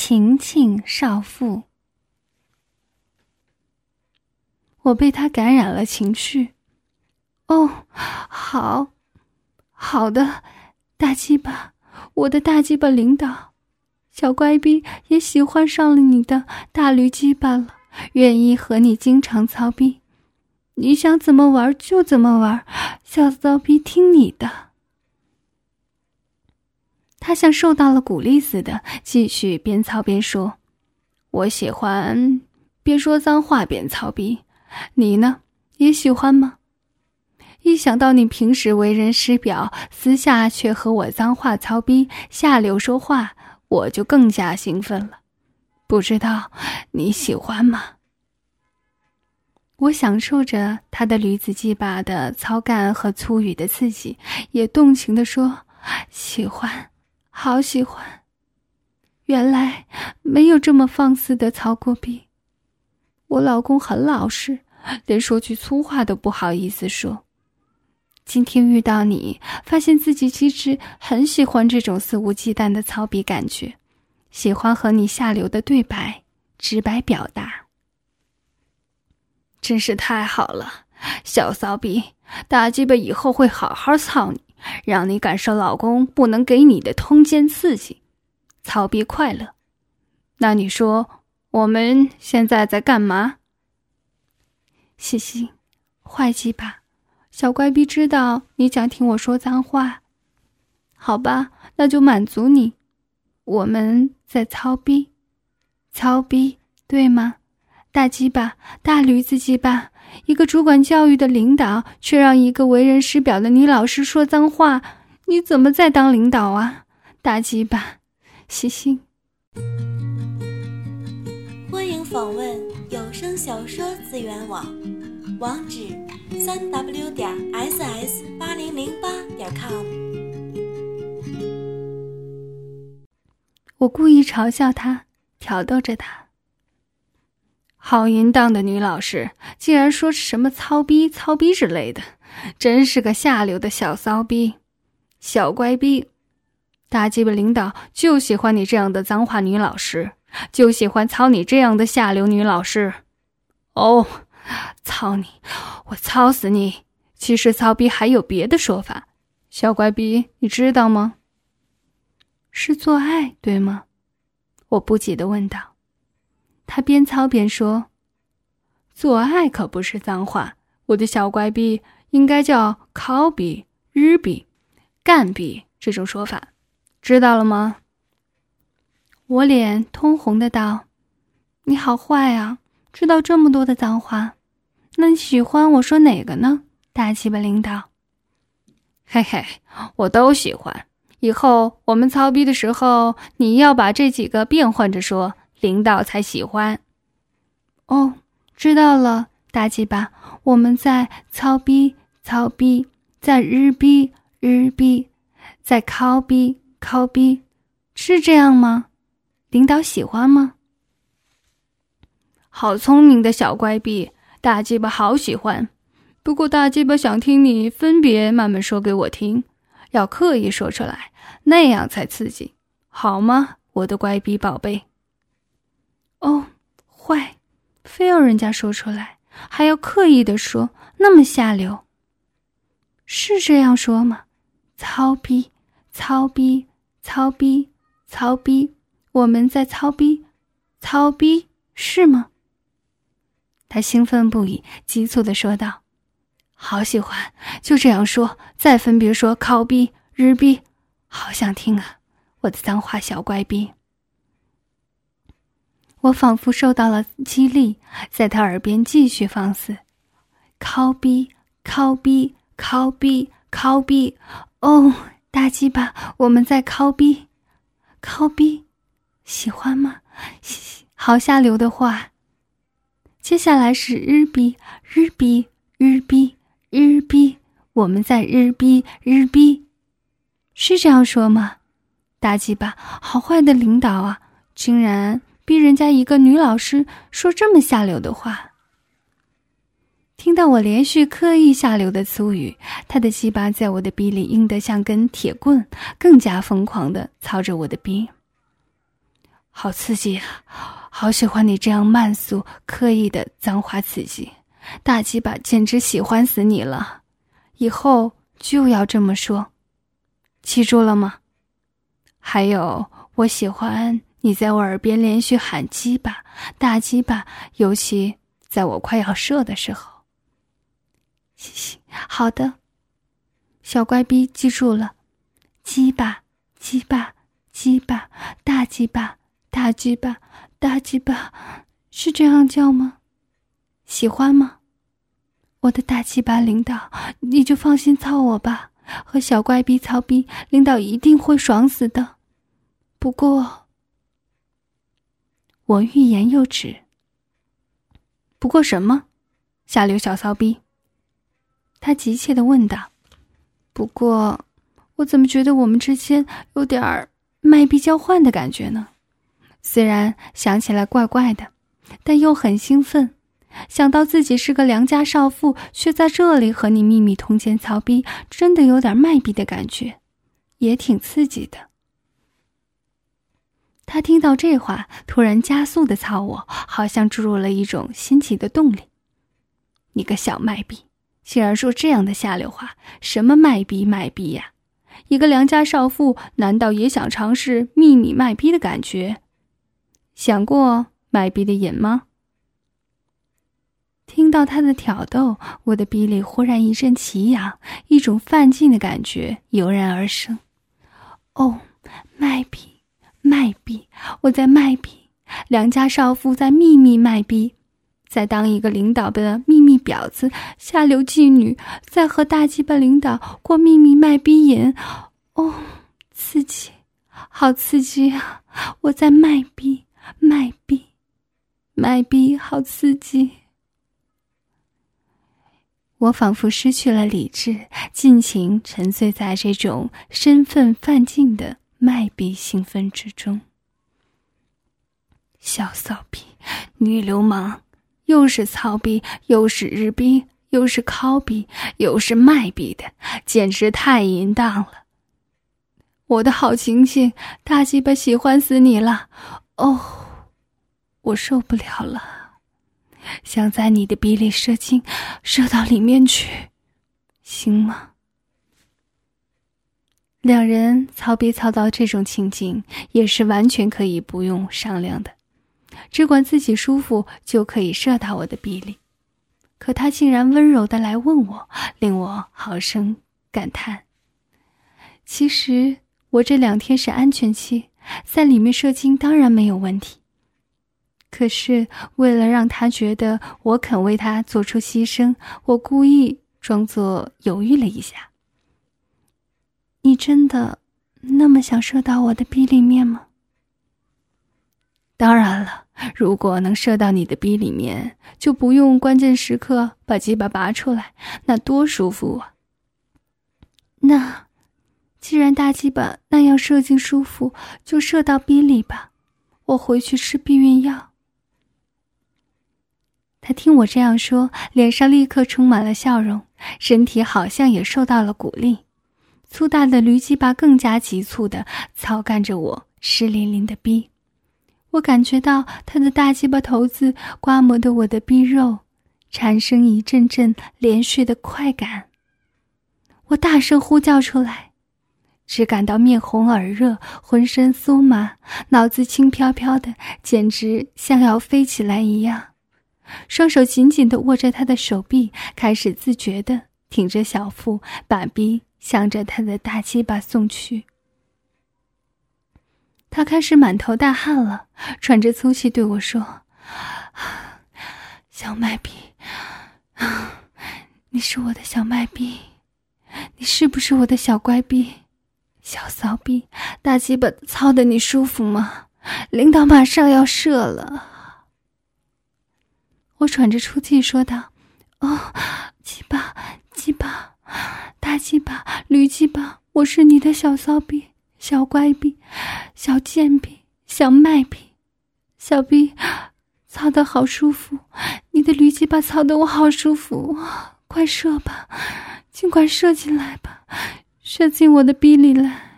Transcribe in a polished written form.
晴晴少妇。我被他感染了情绪。哦，好的，大鸡巴，我的大鸡巴领导，小乖逼也喜欢上了你的大驴鸡巴了，愿意和你经常操逼，你想怎么玩就怎么玩，小骚逼听你的。他像受到了鼓励似的，继续边操边说，我喜欢边说脏话边操逼，你呢，也喜欢吗？一想到你平时为人师表，私下却和我脏话操逼，下流说话，我就更加兴奋了。不知道你喜欢吗？我享受着他的驴子鸡巴的操干和粗语的刺激，也动情地说，喜欢，好喜欢。原来没有这么放肆的操过逼。我老公很老实，连说句粗话都不好意思说。今天遇到你，发现自己其实很喜欢这种肆无忌惮的操逼感觉，喜欢和你下流的对白，直白表达。真是太好了，小骚逼，大鸡巴以后会好好操你，让你感受老公不能给你的通奸刺激，操逼快乐。那你说，我们现在在干嘛？嘻嘻，坏鸡巴，小乖逼知道你想听我说脏话，好吧，那就满足你。我们在操逼，操逼，对吗？大鸡巴，大驴子鸡巴，一个主管教育的领导，却让一个为人师表的女老师说脏话，你怎么再当领导啊？大鸡巴，嘻嘻。 欢迎访问有声小说资源网，网址3w.ss8008.com。 我故意嘲笑他，挑逗着他。好淫荡的女老师，竟然说是什么操逼之类的，真是个下流的小骚逼，小乖逼。大鸡巴领导就喜欢你这样的脏话女老师，就喜欢操你这样的下流女老师。哦，操你，我操死你！其实操逼还有别的说法，小乖逼，你知道吗？是做爱，对吗？我不解地问道。他边操边说，做爱可不是脏话，我的小乖逼应该叫靠逼、日逼、干逼这种说法，知道了吗？我脸通红的道，你好坏啊，知道这么多的脏话，那你喜欢我说哪个呢？大鸡巴领导。嘿嘿，我都喜欢，以后我们操逼的时候，你要把这几个变换着说，领导才喜欢。哦，知道了，大鸡巴，我们在操逼，操逼，在日逼，日逼，在靠逼，靠逼，是这样吗？领导喜欢吗？好聪明的小乖逼，大鸡巴好喜欢。不过大鸡巴想听你分别慢慢说给我听，要刻意说出来，那样才刺激，好吗，我的乖逼宝贝？哦，坏，非要人家说出来，还要刻意的说，那么下流。是这样说吗？操逼，操逼，操逼，操逼，我们在操逼，操逼，是吗？他兴奋不已，急促地说道，好喜欢，就这样说，再分别说靠逼、日逼，好想听啊，我的脏话小乖逼。我仿佛受到了激励，在他耳边继续放肆，靠逼，靠逼，靠逼，靠逼，哦，大鸡巴，我们在靠逼，靠逼，喜欢吗？好下流的话。接下来是日逼，日逼，日逼，日逼，我们在日逼，日逼，是这样说吗？大鸡巴，好坏的领导啊，竟然逼人家一个女老师说这么下流的话。听到我连续刻意下流的粗语，他的鸡巴在我的逼里硬得像根铁棍，更加疯狂地操着我的逼。 好刺激啊！好喜欢你这样慢速刻意的脏话刺激，大鸡巴简直喜欢死你了，以后就要这么说，记住了吗？还有，我喜欢你在我耳边连续喊鸡巴、大鸡巴，尤其在我快要射的时候。好的，小乖逼记住了，鸡巴、鸡巴、鸡巴、大鸡巴、大鸡巴、大鸡巴，是这样叫吗？喜欢吗？我的大鸡巴领导，你就放心操我吧，和小乖逼操逼，领导一定会爽死的。不过，我欲言又止。不过什么？下流小骚逼！他急切地问道。不过，我怎么觉得我们之间有点卖逼交换的感觉呢？虽然想起来怪怪的，但又很兴奋。想到自己是个良家少妇，却在这里和你秘密通奸操逼，真的有点卖逼的感觉，也挺刺激的。他听到这话，突然加速地操我，好像注入了一种新奇的动力。你个小卖逼，竟然说这样的下流话，什么卖逼卖逼呀？一个良家少妇难道也想尝试秘密卖逼的感觉？想过卖逼的瘾吗？听到他的挑逗，我的逼里忽然一阵奇痒，一种犯禁的感觉油然而生。哦，卖逼卖逼，我在卖逼，良家少妇在秘密卖逼，在当一个领导的秘密婊子，下流妓女，在和大鸡巴领导过秘密卖逼瘾。哦，刺激，好刺激啊！我在卖逼卖逼卖逼，好刺激！我仿佛失去了理智，尽情沉醉在这种身份犯禁的卖逼兴奋之中。小骚逼，女流氓，又是操逼，又是日逼，又是拷逼，又是卖逼的，简直太淫荡了。我的好情形，大鸡巴喜欢死你了！哦，我受不了了，想在你的逼里射精，射到里面去，行吗？两人操逼操到这种情景，也是完全可以不用商量的，只管自己舒服就可以射到我的逼里。可他竟然温柔地来问我，令我好生感叹。其实我这2天是安全期，在里面射精当然没有问题。可是为了让他觉得我肯为他做出牺牲，我故意装作犹豫了一下。你真的那么想射到我的逼里面吗？当然了，如果能射到你的逼里面，就不用关键时刻把鸡巴拔出来，那多舒服啊！那既然大鸡巴那样射精舒服，就射到逼里吧，我回去吃避孕药。他听我这样说，脸上立刻充满了笑容，身体好像也受到了鼓励。粗大的驴鸡巴更加急促地操干着我湿淋淋的逼，我感觉到他的大鸡巴头子刮磨的我的逼肉，产生一阵阵连续的快感。我大声呼叫出来，只感到面红耳热，浑身酥麻，脑子轻飘飘的，简直像要飞起来一样。双手紧紧地握着他的手臂，开始自觉地挺着小腹，把逼向着他的大鸡巴送去。他开始满头大汗了，喘着粗气对我说：小麦逼，你是我的小麦逼，你是不是我的小乖逼？小骚逼，大鸡巴操得你舒服吗？领导马上要射了。我喘着粗气说道：哦，鸡巴，鸡巴，大鸡巴，驴鸡巴，我是你的小骚逼，小乖逼，小贱逼，小麦逼，小逼，操得好舒服，你的驴鸡巴操得我好舒服，快射吧，尽管射进来吧，射进我的逼里来。